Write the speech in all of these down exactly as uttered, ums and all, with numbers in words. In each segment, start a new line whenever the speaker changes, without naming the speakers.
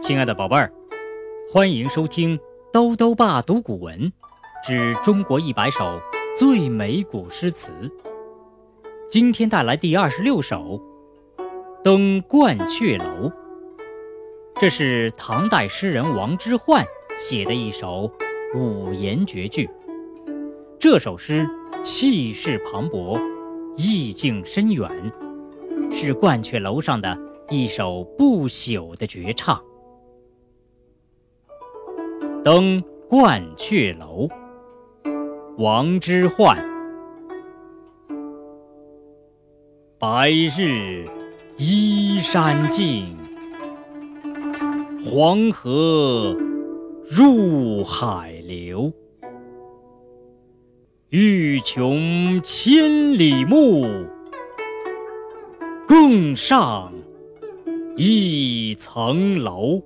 亲爱的宝贝儿，欢迎收听兜兜爸读古文之中国一百首最美古诗词。今天带来第二十六首《登鹳雀楼》，这是唐代诗人王之涣写的一首五言绝句。这首诗气势磅礴，意境深远，是鹳雀楼上的一首不朽的绝唱。登鹳雀楼，王之涣。白日依山尽，黄河入海流。欲穷千里目，更上一层楼。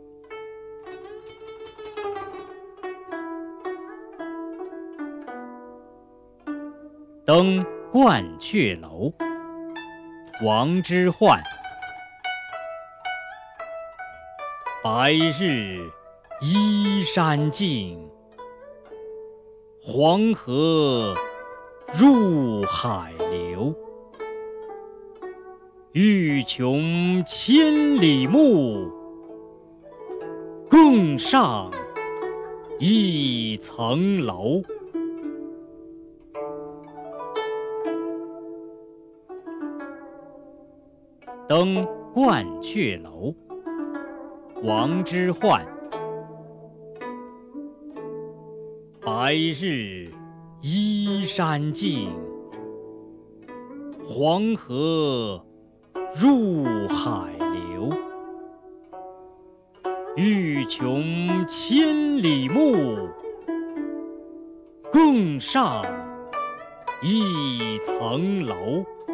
登鹳雀楼，王之涣。白日依山尽，黄河入海流。欲穷千里目，更上一层楼。登鹳雀楼，王之涣。白日依山尽，黄河入海流。欲穷千里目，更上一层楼。